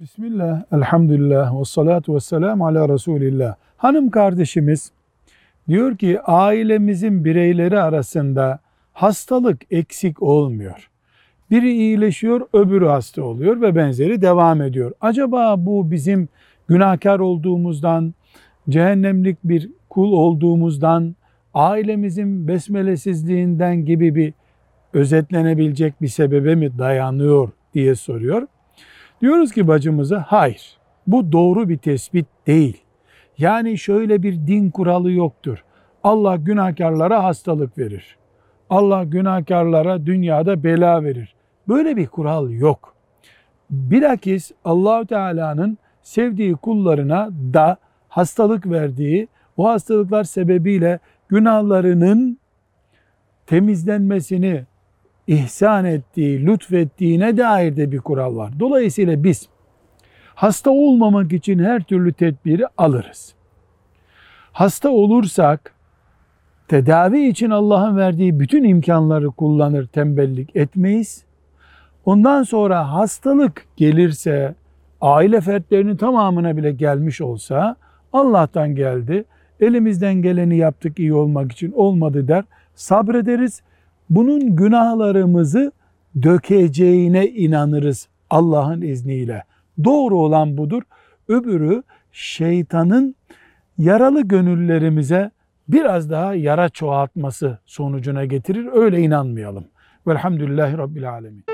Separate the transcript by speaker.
Speaker 1: Bismillah, elhamdülillah, ve salatu ve selamu ala Resulillah. Hanım kardeşimiz diyor ki ailemizin bireyleri arasında hastalık eksik olmuyor. Biri iyileşiyor, öbürü hasta oluyor ve benzeri devam ediyor. Acaba bu bizim günahkar olduğumuzdan, cehennemlik bir kul olduğumuzdan, ailemizin besmelesizliğinden gibi bir özetlenebilecek bir sebebe mi dayanıyor diye soruyor. Diyoruz ki bacımıza hayır, bu doğru bir tespit değil. Yani şöyle bir din kuralı yoktur. Allah günahkarlara hastalık verir. Allah günahkarlara dünyada bela verir. Böyle bir kural yok. Bilakis Allah-u Teala'nın sevdiği kullarına da hastalık verdiği, o hastalıklar sebebiyle günahlarının temizlenmesini ihsan ettiği, lütfettiğine dair de bir kural var. Dolayısıyla biz hasta olmamak için her türlü tedbiri alırız. Hasta olursak tedavi için Allah'ın verdiği bütün imkanları kullanır, tembellik etmeyiz. Ondan sonra hastalık gelirse, aile fertlerinin tamamına bile gelmiş olsa Allah'tan geldi, elimizden geleni yaptık iyi olmak için, olmadı der, sabrederiz. Bunun günahlarımızı dökeceğine inanırız Allah'ın izniyle. Doğru olan budur. Öbürü şeytanın yaralı gönüllerimize biraz daha yara çoğaltması sonucuna getirir. Öyle inanmayalım. Velhamdülillahi Rabbil Alemin.